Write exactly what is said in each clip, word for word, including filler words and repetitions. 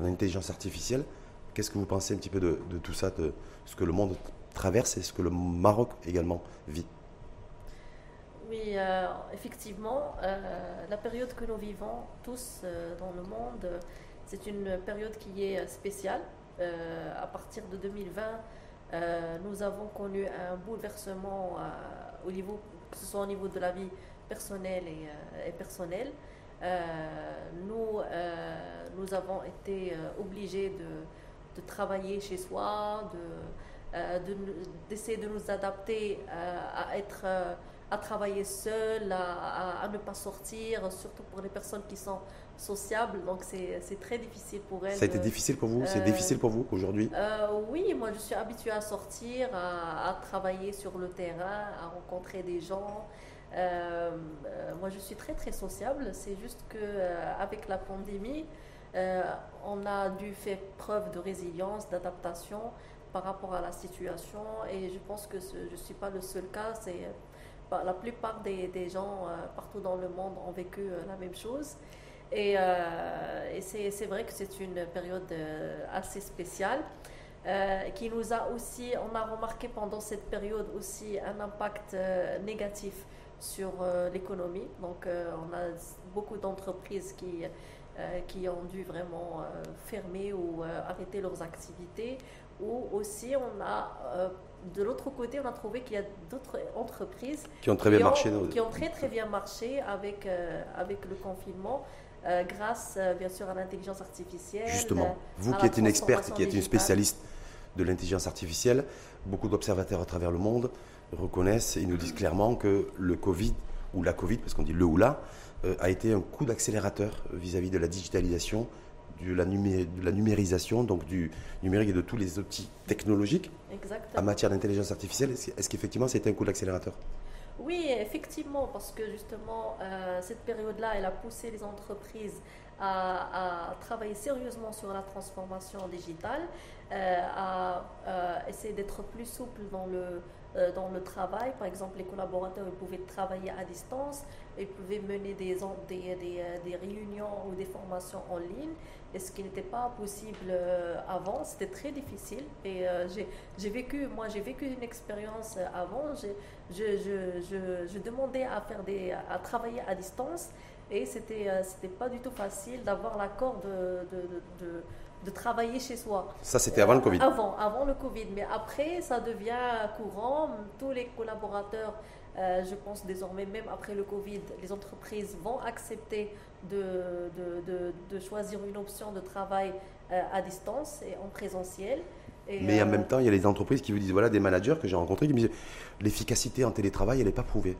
intelligence artificielle. Qu'est-ce que vous pensez un petit peu de, de tout ça, de ce que le monde traverse et ce que le Maroc également vit? Oui, euh, effectivement, euh, la période que nous vivons tous euh, dans le monde, euh, c'est une période qui est spéciale. Euh, à partir de deux mille vingt, euh, nous avons connu un bouleversement euh, au niveau, que ce soit au niveau de la vie personnelle et, euh, et personnelle. Euh, nous, euh, nous avons été euh, obligés de, de travailler chez soi, de, euh, de, d'essayer de nous adapter euh, à être... Euh, à travailler seul, à, à, à ne pas sortir, surtout pour les personnes qui sont sociables. Donc c'est, c'est très difficile pour elles. Ça a été difficile pour vous? C'est Euh, difficile pour vous aujourd'hui? euh, Oui, moi je suis habituée à sortir, à, à travailler sur le terrain, à rencontrer des gens. Euh, euh, moi je suis très très sociable. C'est juste que euh, avec la pandémie, euh, on a dû faire preuve de résilience, d'adaptation par rapport à la situation. Et je pense que ce, je ne suis pas le seul cas. C'est la plupart des, des gens euh, partout dans le monde ont vécu euh, la même chose. Et, euh, et c'est, c'est vrai que c'est une période euh, assez spéciale euh, qui nous a aussi, on a remarqué pendant cette période aussi un impact euh, négatif sur euh, l'économie. Donc euh, on a beaucoup d'entreprises qui, euh, qui ont dû vraiment euh, fermer ou euh, arrêter leurs activités. Ou aussi on a... Euh, de l'autre côté, on a trouvé qu'il y a d'autres entreprises qui ont très bien qui ont, marché, qui ont très très bien marché avec, euh, avec le confinement, euh, grâce euh, bien sûr à l'intelligence artificielle. Justement, vous qui êtes une experte, qui êtes une spécialiste de l'intelligence artificielle, beaucoup d'observateurs à travers le monde reconnaissent et nous disent clairement que le Covid, ou la Covid, parce qu'on dit le ou la, euh, a été un coup d'accélérateur vis-à-vis de la digitalisation, de la, numé- de la numérisation, donc du numérique et de tous les outils technologiques. Exactement. En matière d'intelligence artificielle. Est-ce, est-ce qu'effectivement c'était un coup d'accélérateur? Oui, effectivement, parce que justement, euh, cette période-là, elle a poussé les entreprises à, à travailler sérieusement sur la transformation digitale, euh, à, à essayer d'être plus souple dans le, euh, dans le travail. Par exemple, les collaborateurs ils pouvaient travailler à distance, ils pouvaient mener des, des, des, des réunions ou des formations en ligne. Et ce qui n'était pas possible euh, avant, c'était très difficile. Et euh, j'ai, j'ai vécu, moi, j'ai vécu une expérience avant. J'ai, je, je, je, je demandais à faire des, à travailler à distance, et c'était, euh, c'était pas du tout facile d'avoir l'accord de, de, de, de, de travailler chez soi. Ça, c'était avant le Covid. Avant, avant le Covid. Mais après, ça devient courant. Tous les collaborateurs, euh, je pense désormais, même après le Covid, les entreprises vont accepter de, de, de, de choisir une option de travail euh, à distance et en présentiel. Et Mais euh, en même temps, il y a les entreprises qui vous disent, voilà, des managers que j'ai rencontrés qui me disent, l'efficacité en télétravail, elle n'est pas prouvée.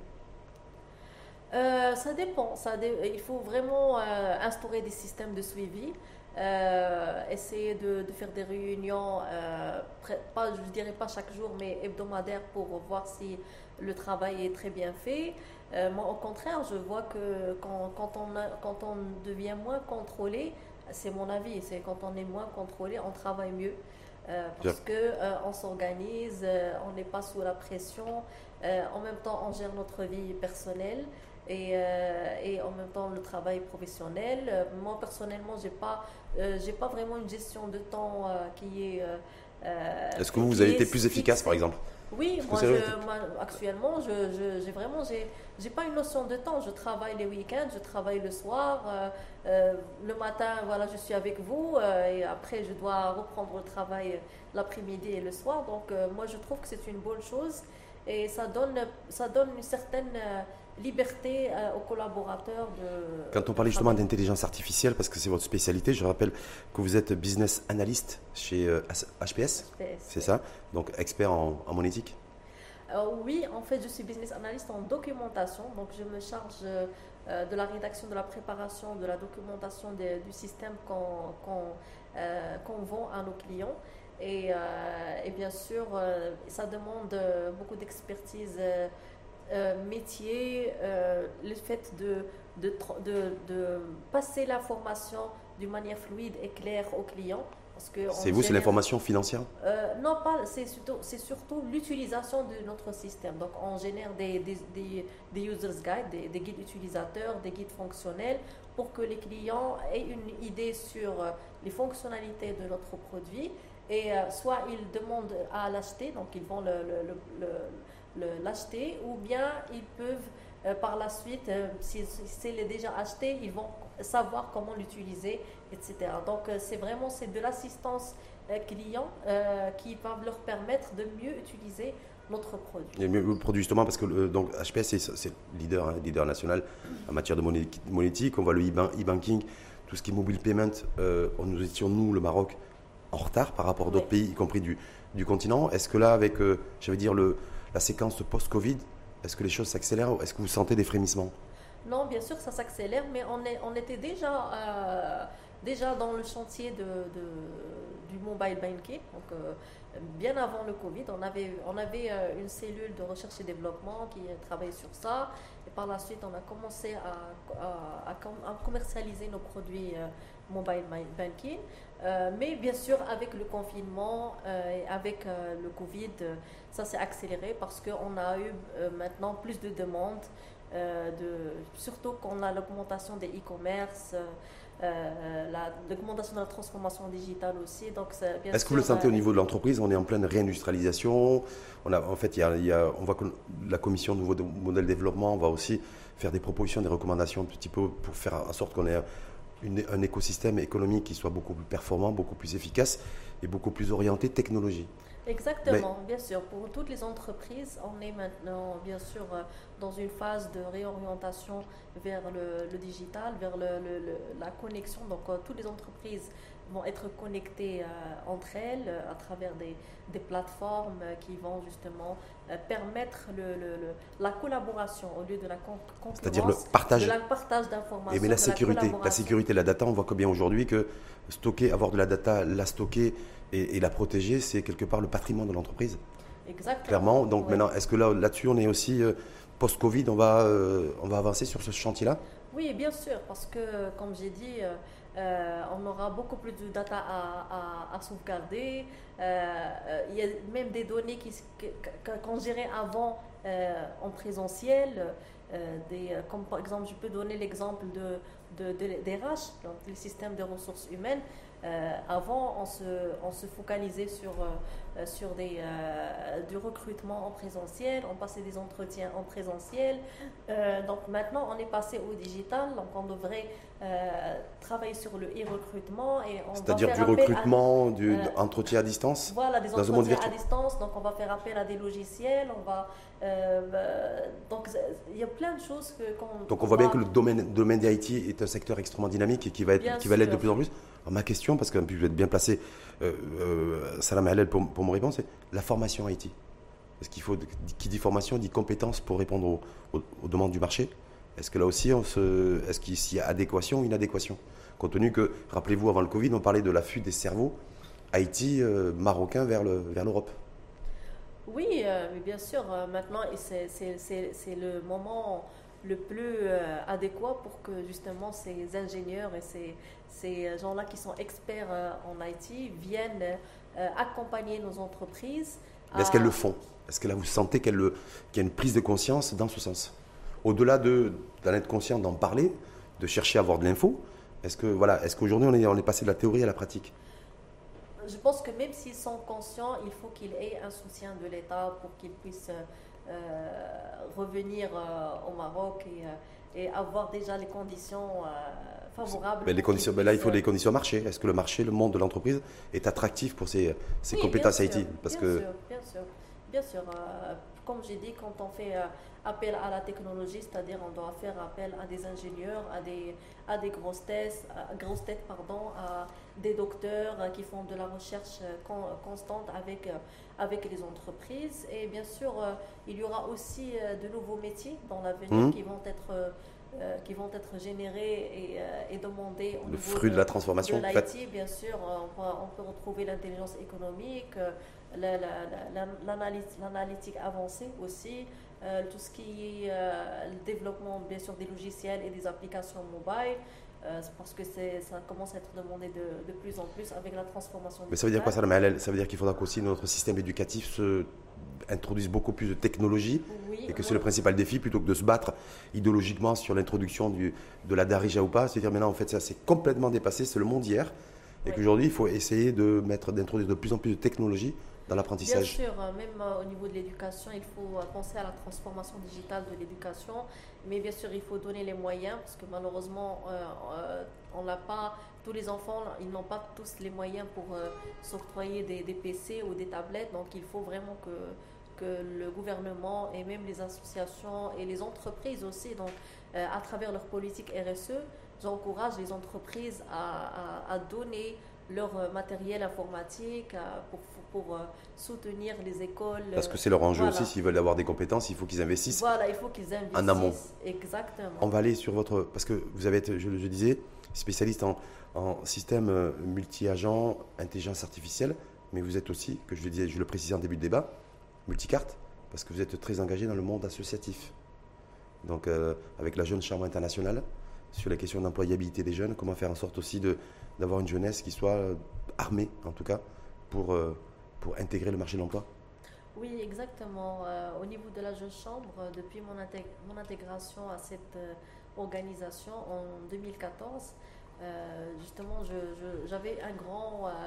Euh, ça dépend. Ça dé- il faut vraiment euh, instaurer des systèmes de suivi, euh, essayer de, de faire des réunions, euh, pré- pas, je dirais pas chaque jour, mais hebdomadaires pour voir si le travail est très bien fait. Euh, moi, au contraire, je vois que quand, quand on a- quand on devient moins contrôlé, c'est mon avis, c'est quand on est moins contrôlé, on travaille mieux. Euh, parce que euh, on s'organise, euh, on n'est pas sous la pression. Euh, en même temps, on gère notre vie personnelle et, euh, et en même temps le travail professionnel. Euh, moi personnellement, j'ai pas, euh, j'ai pas vraiment une gestion de temps euh, qui est. Euh, euh, Est-ce que vous, vous qui avez est été plus efficace, fixée. par exemple? Oui, Est-ce que moi, c'est vrai? je, moi, actuellement, je, je- j'ai vraiment, j'ai, j'ai pas une notion de temps. Je travaille les week-ends, je travaille le soir. euh, euh, le matin, voilà, je suis avec vous euh, et après, je dois reprendre le travail l'après-midi et le soir. Donc, euh, moi, je trouve que c'est une bonne chose et ça donne, ça donne une certaine euh, liberté euh, aux collaborateurs de. Quand on de parlait justement travailler. d'intelligence artificielle, parce que c'est votre spécialité, je rappelle que vous êtes business analyst chez euh, H P S, P S, c'est oui. ça? Donc expert en, en monétique. Euh, oui, en fait, je suis business analyst en documentation, donc je me charge euh, euh, de la rédaction, de la préparation, de la documentation des- du système qu'on qu'on, euh, qu'on vend à nos clients. Et, euh, et bien sûr, euh, ça demande euh, beaucoup d'expertise euh, euh, métier, euh, le fait de, de, tr- de, de passer l'information d'une manière fluide et claire aux clients. C'est vous, c'est l'information financière? euh, Non, pas, c'est surtout, c'est surtout l'utilisation de notre système. Donc, on génère des, des, des, des users guides, des, des guides utilisateurs, des guides fonctionnels pour que les clients aient une idée sur euh, les fonctionnalités de notre produit. Et euh, soit ils demandent à l'acheter, donc ils vont le, le, le, le, le, l'acheter, ou bien ils peuvent euh, par la suite, euh, s'il si, si est déjà acheté, ils vont savoir comment l'utiliser, et cetera. Donc euh, c'est vraiment c'est de l'assistance euh, client euh, qui va leur permettre de mieux utiliser notre produit. Et mieux le produit justement parce que euh, donc H P S c'est, c'est leader, hein, leader national en matière de monnaie monétique. On voit le e-banking, tout ce qui est mobile payment. Euh, nous étions nous le Maroc en retard par rapport à d'autres oui. pays, y compris du, du continent. Est-ce que là, avec, euh, j'allais dire, le, la séquence post-Covid, est-ce que les choses s'accélèrent ou est-ce que vous sentez des frémissements? Non, bien sûr, ça s'accélère, mais on, est, on était déjà, euh, déjà dans le chantier de, de, du mobile banking. Donc, euh, bien avant le Covid, on avait, on avait euh, une cellule de recherche et développement qui travaillait sur ça. Et par la suite, on a commencé à, à, à, à commercialiser nos produits euh, mobile banking. Euh, mais bien sûr, avec le confinement euh, et avec euh, le Covid, euh, ça s'est accéléré parce qu'on a eu euh, maintenant plus de demandes, euh, de, surtout qu'on a l'augmentation des e-commerce, euh, la, l'augmentation de la transformation digitale aussi. Donc, bien Est-ce que vous le sentez euh, au niveau de l'entreprise? On est en pleine réindustrialisation. On a, en fait, il y a, il y a, on voit que la commission de nouveau de modèle développement va aussi faire des propositions, des recommandations un petit peu pour faire en sorte qu'on ait Une, un écosystème économique qui soit beaucoup plus performant, beaucoup plus efficace et beaucoup plus orienté technologie. Exactement, Mais, bien sûr. Pour toutes les entreprises, on est maintenant, bien sûr, dans une phase de réorientation vers le, le digital, vers le, le, le, la connexion. Donc, euh, toutes les entreprises vont être connectées euh, entre elles euh, à travers des, des plateformes euh, qui vont justement euh, permettre le, le, le, la collaboration au lieu de la concurrence. C'est-à-dire le partage, de la partage d'informations. Et mais la sécurité, la, la sécurité de la data, on voit que bien aujourd'hui que stocker, avoir de la data, la stocker et, et la protéger, c'est quelque part le patrimoine de l'entreprise. Exactement. Clairement. Donc ouais. maintenant, est-ce que là, là-dessus, on est aussi euh, post-Covid, on va, euh, on va avancer sur ce chantier-là? Oui, bien sûr, parce que comme j'ai dit. Euh, Euh, on aura beaucoup plus de data à, à, à sauvegarder. Euh, il y a même des données qui, qu'on gérait avant euh, en présentiel. Euh, des, comme par exemple, je peux donner l'exemple de, de, de, des R H, donc les systèmes de ressources humaines. Euh, avant, on se, on se focalisait sur, euh, sur des, euh, du recrutement en présentiel, on passait des entretiens en présentiel. Euh, donc maintenant, on est passé au digital, donc on devrait euh, travailler sur le e-recrutement. Et on C'est-à-dire va du faire recrutement, à, du euh, entretien à distance? Voilà, des dans un monde entretiens à distance, donc on va faire appel à des logiciels, on va... Euh, donc il y a plein de choses que... Qu'on, donc on qu'on voit va... bien que le domaine, domaine des I T est un secteur extrêmement dynamique et qui va, être, qui va l'être de plus en plus. Alors, ma question, parce que vous êtes bien placé, euh, euh, Salam Halel, pour, pour me répondre, c'est la formation I T. Est-ce qu'il faut, qui dit formation, dit compétence pour répondre aux, aux, aux demandes du marché? Est-ce que là aussi, on se, est-ce qu'il y a adéquation ou inadéquation? Compte tenu que, rappelez-vous, avant le Covid, on parlait de l'affût des cerveaux I T euh, marocains vers, le, vers l'Europe. Oui, euh, mais bien sûr, euh, maintenant, c'est, c'est, c'est, c'est le moment le plus euh, adéquat pour que justement ces ingénieurs et ces, ces gens-là qui sont experts euh, en I T viennent euh, accompagner nos entreprises. Mais est-ce à... qu'elles le font? Est-ce que là, vous sentez qu'elle le, qu'il y a une prise de conscience dans ce sens? Au-delà de, d'en être conscient, d'en parler, de chercher à avoir de l'info, est-ce, que, voilà, est-ce qu'aujourd'hui, on est, on est passé de la théorie à la pratique? Je pense que même s'ils sont conscients, il faut qu'ils aient un soutien de l'État pour qu'ils puissent euh, revenir euh, au Maroc et, euh, et avoir déjà les conditions euh, favorables. Mais les conditions, mais là, il faut des conditions marché. Est-ce que le marché, le monde de l'entreprise est attractif pour ces, ces oui, compétences I T? Parce bien que... sûr, bien sûr. Bien sûr. Euh, comme j'ai dit, quand on fait euh, appel à la technologie, c'est-à-dire on doit faire appel à des ingénieurs, à des, à des grosses têtes, à, grosses têtes pardon, à des docteurs euh, qui font de la recherche euh, con, constante avec, euh, avec les entreprises. Et bien sûr, euh, il y aura aussi euh, de nouveaux métiers dans l'avenir mmh. qui vont être... Euh, Euh, qui vont être générés et, euh, et demandés au le niveau fruit de, de la transformation. De l'I T, bien sûr, on peut, on peut retrouver l'intelligence économique, la, la, la, l'analyse, l'analytique avancée aussi, euh, tout ce qui est euh, le développement, bien sûr, des logiciels et des applications mobile. euh, parce que ça commence à être demandé de, de plus en plus avec la transformation digitale. Mais ça veut dire quoi ça, Malal? Ça veut dire qu'il faudra qu'aussi notre système éducatif se introduise beaucoup plus de technologie, oui, et que oui. c'est le principal défi plutôt que de se battre idéologiquement sur l'introduction du, de la Darija ou pas. C'est-à-dire maintenant en fait ça s'est complètement dépassé, c'est le monde d'hier, et oui. qu'aujourd'hui il faut essayer de mettre, d'introduire de plus en plus de technologie dans l'apprentissage. Bien sûr, même au niveau de l'éducation, il faut penser à la transformation digitale de l'éducation, mais bien sûr il faut donner les moyens parce que malheureusement euh, euh, on n'a pas, tous les enfants ils n'ont pas tous les moyens pour euh, s'octroyer des, des P C ou des tablettes, donc il faut vraiment que que le gouvernement et même les associations et les entreprises aussi, donc euh, à travers leur politique R S E, j'encourage les entreprises à, à, à donner leur matériel informatique pour, pour euh, soutenir les écoles. Parce que c'est leur enjeu voilà. aussi, s'ils veulent avoir des compétences, il faut qu'ils investissent. Voilà, il faut qu'ils investissent en amont. Exactement. On va aller sur votre, parce que vous avez été, je, je disais, spécialiste en, en système multi-agent, intelligence artificielle, mais vous êtes aussi, que je le disais, je le précisais en début de débat, multicarte, parce que vous êtes très engagé dans le monde associatif. Donc, euh, avec la Jeune Chambre internationale, sur les questions d'employabilité des jeunes, comment faire en sorte aussi de, d'avoir une jeunesse qui soit armée, en tout cas, pour, euh, pour intégrer le marché de l'emploi? Oui, exactement. Euh, au niveau de la Jeune Chambre, depuis mon, intég- mon intégration à cette euh, organisation en deux mille quatorze, euh, justement, je, je, j'avais un grand... Euh,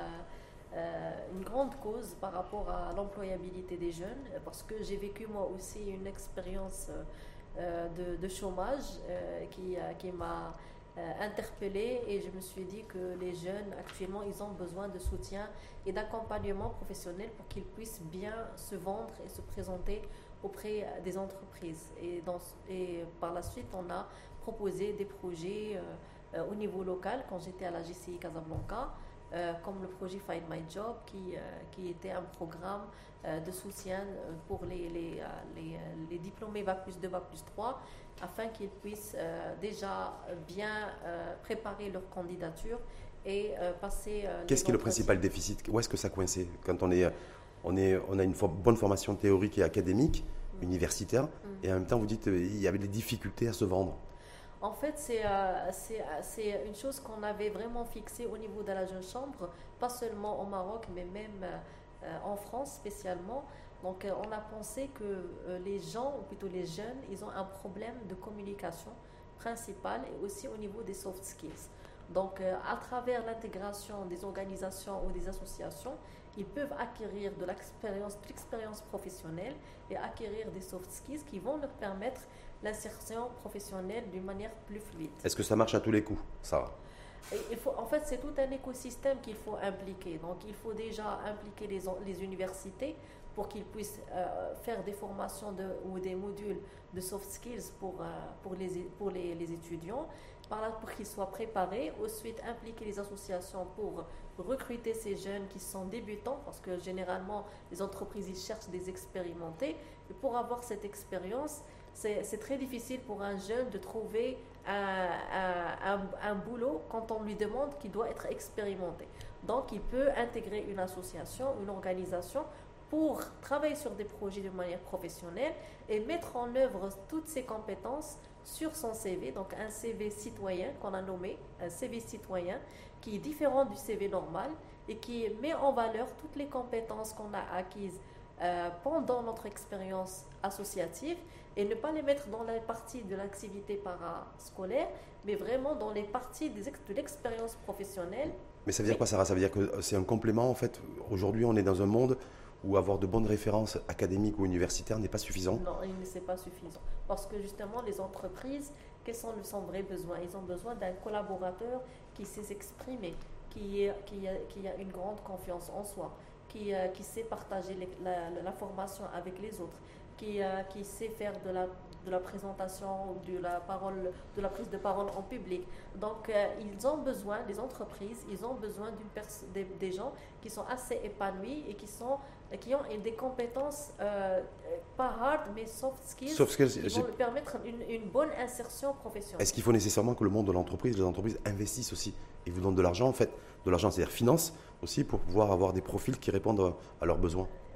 Euh, une grande cause par rapport à l'employabilité des jeunes, parce que j'ai vécu moi aussi une expérience euh, de, de chômage euh, qui, euh, qui m'a euh, interpellée, et je me suis dit que les jeunes actuellement ils ont besoin de soutien et d'accompagnement professionnel pour qu'ils puissent bien se vendre et se présenter auprès des entreprises. Et, dans, et par la suite on a proposé des projets euh, euh, au niveau local quand j'étais à la J C I Casablanca. Euh, comme le projet Find My Job, qui, euh, qui était un programme euh, de soutien pour les, les, euh, les, les diplômés bac plus deux, bac plus trois, afin qu'ils puissent euh, déjà bien euh, préparer leur candidature et euh, passer... Euh, Qu'est-ce qui est le principal déficit? Où est-ce que ça coinçait? Quand on, est, on, est, on a une for- bonne formation théorique et académique, mmh. universitaire, mmh. et en même temps vous dites qu'il y avait des difficultés à se vendre. En fait, c'est, euh, c'est, c'est une chose qu'on avait vraiment fixée au niveau de la Jeune Chambre, pas seulement au Maroc, mais même euh, en France spécialement. Donc, euh, on a pensé que euh, les gens, ou plutôt les jeunes, ils ont un problème de communication principal et aussi au niveau des soft skills. Donc, euh, à travers l'intégration des organisations ou des associations, ils peuvent acquérir de l'expérience, de l'expérience professionnelle et acquérir des soft skills qui vont leur permettre l'insertion professionnelle d'une manière plus fluide. Est-ce que ça marche à tous les coups, ça? Il faut, en fait, c'est tout un écosystème qu'il faut impliquer. Donc, il faut déjà impliquer les, les universités pour qu'ils puissent euh, faire des formations de, ou des modules de soft skills pour, euh, pour, les, pour les, les étudiants, par là pour qu'ils soient préparés. Ensuite, impliquer les associations pour recruter ces jeunes qui sont débutants, parce que généralement, les entreprises ils cherchent des expérimentés. Et pour avoir cette expérience, c'est, c'est très difficile pour un jeune de trouver un, un, un, un boulot quand on lui demande qu'il doit être expérimenté. Donc, il peut intégrer une association, une organisation pour travailler sur des projets de manière professionnelle et mettre en œuvre toutes ses compétences sur son C V, donc un C V citoyen qu'on a nommé, un C V citoyen qui est différent du C V normal et qui met en valeur toutes les compétences qu'on a acquises euh, pendant notre expérience associative, et ne pas les mettre dans la partie de l'activité parascolaire, mais vraiment dans les parties des ex- de l'expérience professionnelle. Mais ça veut dire quoi, Sarah? Ça veut dire que c'est un complément, en fait. Aujourd'hui, on est dans un monde où avoir de bonnes références académiques ou universitaires n'est pas suffisant? Non, il ne c'est pas suffisant. Parce que justement, les entreprises, quels sont leurs vrais besoins? Ils ont besoin d'un collaborateur qui sait s'exprimer, qui, est, qui, a, qui a une grande confiance en soi, qui, euh, qui sait partager les, la, l'information avec les autres, qui, euh, qui sait faire de la, de la présentation, de la, parole, de la prise de parole en public. Donc, euh, ils ont besoin, les entreprises, ils ont besoin d'une pers- des, des gens qui sont assez épanouis et qui, sont, qui ont des compétences, euh, pas hard, mais soft skills, soft skills qui vont leur permettre une, une bonne insertion professionnelle. Est-ce qu'il faut nécessairement que le monde de l'entreprise, les entreprises investissent aussi et vous donnent de l'argent, en fait, de l'argent, c'est-à-dire finance aussi, pour pouvoir avoir des profils qui répondent à leurs besoins?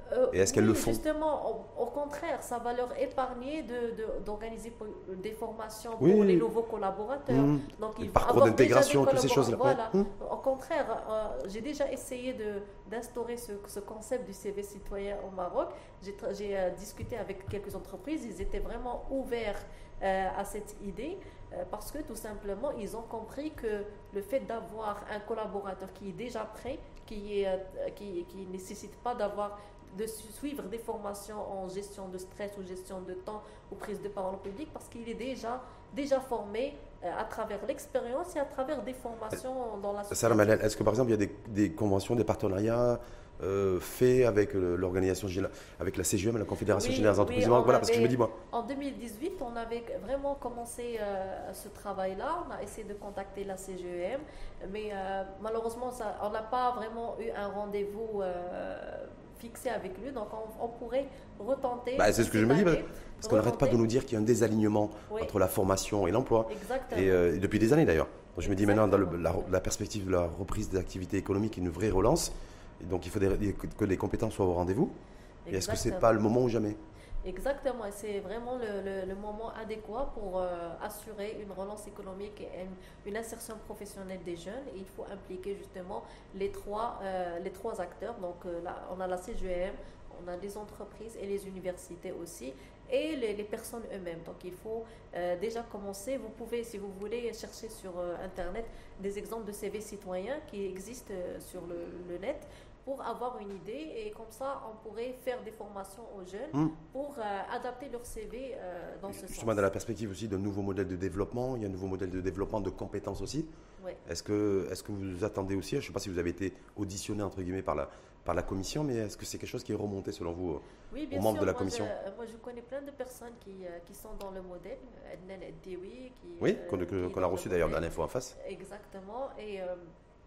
Euh, Et est-ce qu'elles oui, le font? justement, au, au contraire, ça va leur épargner de, de- d'organiser po- des formations Oui, pour les oui. nouveaux collaborateurs. Mmh. Donc, Les ils vont parcours avoir déjà des d'intégration, toutes ces collaborateurs. choses-là. Ouais. Voilà. Mmh. Au contraire, euh, j'ai déjà essayé de, d'instaurer ce, ce concept du C V citoyen au Maroc. J'ai, tra- j'ai euh, discuté avec quelques entreprises. Ils étaient vraiment ouverts euh, à cette idée euh, parce que tout simplement, ils ont compris que le fait d'avoir un collaborateur qui est déjà prêt, qui est, euh, qui, qui nécessite pas d'avoir de su- suivre des formations en gestion de stress ou gestion de temps ou prise de parole publique parce qu'il est déjà, déjà formé euh, à travers l'expérience et à travers des formations dans la Sarah société. Malal, est-ce que par exemple il y a des, des conventions, des partenariats euh, faits avec euh, l'organisation générale, avec la C G E M, la Confédération Oui, générale des entreprises oui, du Maroc? on Voilà, parce que je me avait- dis, moi, En deux mille dix-huit, on avait vraiment commencé euh, ce travail-là. On a essayé de contacter la C G E M, mais euh, malheureusement, ça, on n'a pas vraiment eu un rendez-vous euh, fixé avec lui. Donc, on, on pourrait retenter. bah, c'est ce que je me dis, cette parce année, parce qu'on n'arrête pas de retenter. nous dire qu'il y a un désalignement Oui. entre la formation et l'emploi, Exactement. et, euh, et depuis des années d'ailleurs. Donc je me dis maintenant, dans le- Exactement. la, la perspective de la reprise des activités économiques, une vraie relance, et donc il faut des- que les compétences soient au rendez-vous. Et est-ce que c'est Exactement. pas le moment ou jamais? Exactement, et c'est vraiment le, le- le moment adéquat pour euh, assurer une relance économique et une, une insertion professionnelle des jeunes. Et il faut impliquer justement les trois, euh, les trois acteurs. Donc euh, là, on a la C G E M, on a les entreprises et les universités aussi, et les, les personnes eux-mêmes. Donc il faut euh, déjà commencer. Vous pouvez, si vous voulez, chercher sur euh, Internet des exemples de C V citoyens qui existent euh, sur le, le net, pour avoir une idée, et comme ça on pourrait faire des formations aux jeunes Hmm. pour euh, adapter leur C V euh, dans ce Justement, sens. dans la perspective aussi d'un nouveau modèle de développement, il y a un nouveau modèle de développement de compétences aussi. Ouais. Est-ce que, est-ce que vous attendez aussi, je ne sais pas si vous avez été auditionné entre guillemets par la, par la commission, mais est-ce que c'est quelque chose qui est remonté selon vous Oui, bien aux membres sûr, de la moi, commission? je, moi je connais plein de personnes qui, euh, qui sont dans le modèle, Adnan Eddewi, qui, Oui, euh, qu'on qui que- est qu'on a dans le reçu d'ailleurs dans modèle. l'info en face. Exactement, et, euh,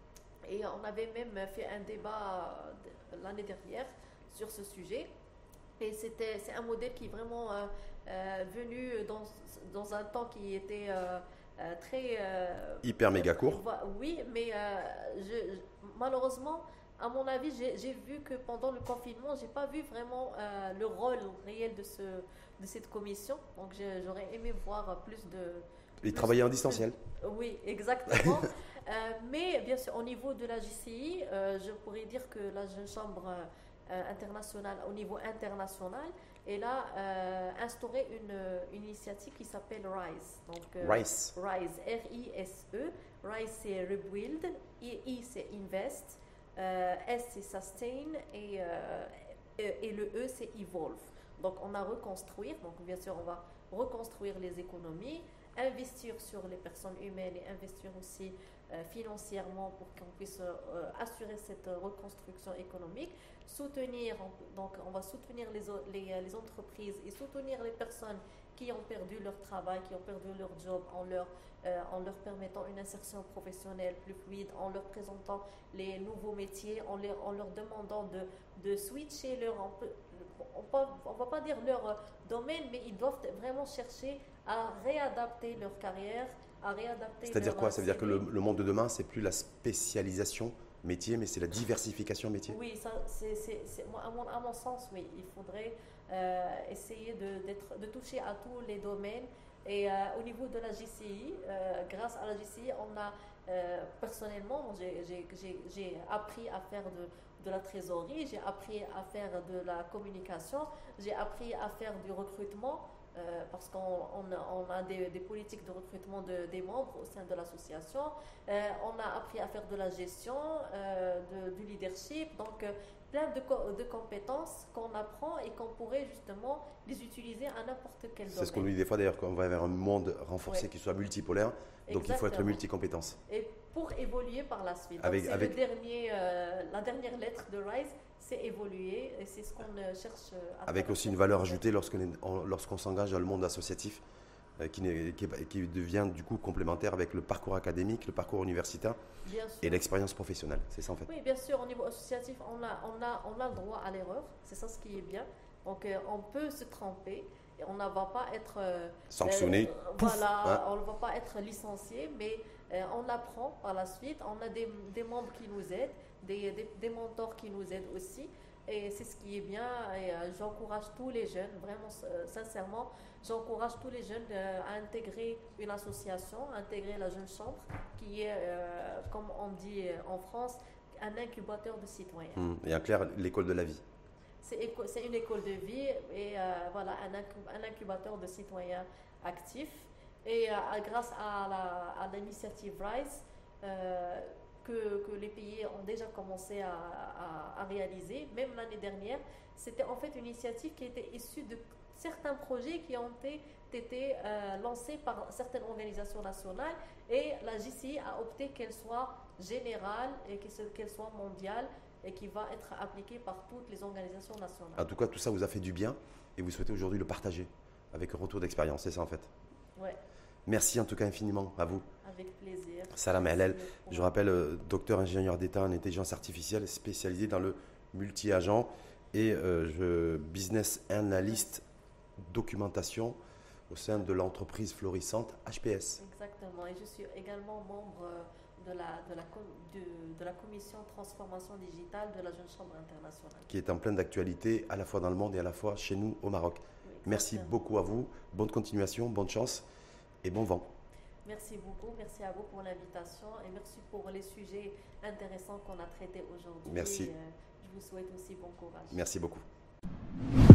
et on avait même fait un débat euh, de- l'année dernière sur ce sujet. Et c'était, c'est un modèle qui est vraiment euh, euh, venu dans, dans un temps qui était euh, euh, très... euh, Hyper méga court. Va- Oui, mais euh, je- je- malheureusement, à mon avis, j'ai j'ai vu que pendant le confinement, j'ai pas vu vraiment euh, le rôle réel de, ce, de cette commission. Donc, je- j'aurais aimé voir plus de... Ils plus- travaillaient en plus- distanciel. Oui, exactement. Euh, mais bien sûr, au niveau de la J C I, euh, je pourrais dire que la Jeune Chambre euh, internationale, au niveau international, elle a euh, instauré une, une initiative qui s'appelle RISE. Donc, euh, RISE. RISE, R I S E. RISE, c'est Rebuild. I, I, c'est Invest. euh, S, c'est Sustain. Et, euh, et et le E, c'est Evolve. Donc, on a reconstruire. Donc, bien sûr, on va reconstruire les économies, investir sur les personnes humaines et investir aussi euh, financièrement pour qu'on puisse euh, assurer cette euh, reconstruction économique, soutenir, on- donc on va soutenir les, o- les, euh, les entreprises et soutenir les personnes qui ont perdu leur travail, qui ont perdu leur job, en leur, euh, en leur permettant une insertion professionnelle plus fluide, en leur présentant les nouveaux métiers, en, les- en leur demandant de, de switcher leur, on peut- on ne va pas dire leur euh, domaine, mais ils doivent vraiment chercher à réadapter leur carrière, à réadapter C'est-à-dire leur, quoi? euh, Ça veut dire que C V. le, le monde de demain, c'est plus la spécialisation métier, mais c'est la diversification métier. Oui, ça, c'est, c'est, c'est- moi, à, mon, à mon sens, oui. Il faudrait euh, essayer de, d'être, de toucher à tous les domaines. Et euh, au niveau de la J C I, euh, grâce à la J C I, on a euh, personnellement, j'ai, j'ai, j'ai, j'ai appris à faire de, de la trésorerie, j'ai appris à faire de la communication, j'ai appris à faire du recrutement. Euh, parce qu'on on a, on a des, des politiques de recrutement de, des membres au sein de l'association. Euh, on a appris à faire de la gestion, euh, de, du leadership, donc euh, plein de, co- de compétences qu'on apprend et qu'on pourrait justement les utiliser à n'importe quel domaine. C'est ce qu'on nous dit des fois d'ailleurs, qu'on va vers un monde renforcé Ouais. qui soit multipolaire, donc il faut être Exactement. multicompétence. Et pour évoluer par la suite. Donc, Avec- c'est avec- le dernier, euh, la dernière lettre de RISE, c'est évoluer, et c'est ce qu'on euh, cherche euh, à Avec travers aussi une cette valeur méthode. ajoutée lorsqu'on est- on- lorsqu'on s'engage dans le monde associatif, euh, qui, n'est- qui est- qui devient du coup complémentaire avec le parcours académique, le parcours universitaire Bien sûr. et l'expérience professionnelle. C'est ça en fait. Oui, bien sûr, au niveau associatif, on a, on a, on a le droit à l'erreur. C'est ça ce qui est bien. Donc, euh, on peut se tromper et on ne va pas être euh, Sanctionné, euh, pouf, voilà, hein. on ne va pas être licencié, mais euh, on apprend par la suite. On a des, des membres qui nous aident, des, des, des mentors qui nous aident aussi. Et c'est ce qui est bien. Et euh, j'encourage tous les jeunes, vraiment euh, sincèrement, j'encourage tous les jeunes euh, à intégrer une association, à intégrer la Jeune Chambre, qui est, euh, comme on dit en France, un incubateur de citoyens. Mmh. Et en clair, l'école de la vie. C'est une école de vie et euh, voilà, un, un incubateur de citoyens actifs. Et euh, grâce à l'initiative RISE, euh, que, que les pays ont déjà commencé à, à, à réaliser, même l'année dernière, c'était en fait une initiative qui était issue de certains projets qui ont été euh, lancés par certaines organisations nationales, et la J C I a opté qu'elle soit générale et qu'elle soit mondiale et qui va être appliquée par toutes les organisations nationales. En tout cas, tout ça vous a fait du bien et vous souhaitez aujourd'hui le partager avec un retour d'expérience, c'est ça en fait? Ouais. Merci en tout cas infiniment à vous. Avec plaisir. Salam Helel, je rappelle, euh, docteur ingénieur d'État en intelligence artificielle spécialisé dans le multi-agent et euh, je, business analyst documentation au sein de l'entreprise florissante H P S. Exactement, et je suis également membre de la, de la, de, de la commission transformation digitale de la Jeune Chambre internationale. Qui est en pleine d'actualité à la fois dans le monde et à la fois chez nous au Maroc. Oui, merci beaucoup à vous, bonne continuation, bonne chance et bon vent. Merci beaucoup, merci à vous pour l'invitation et merci pour les sujets intéressants qu'on a traités aujourd'hui. Merci. Euh, je vous souhaite aussi bon courage. Merci beaucoup.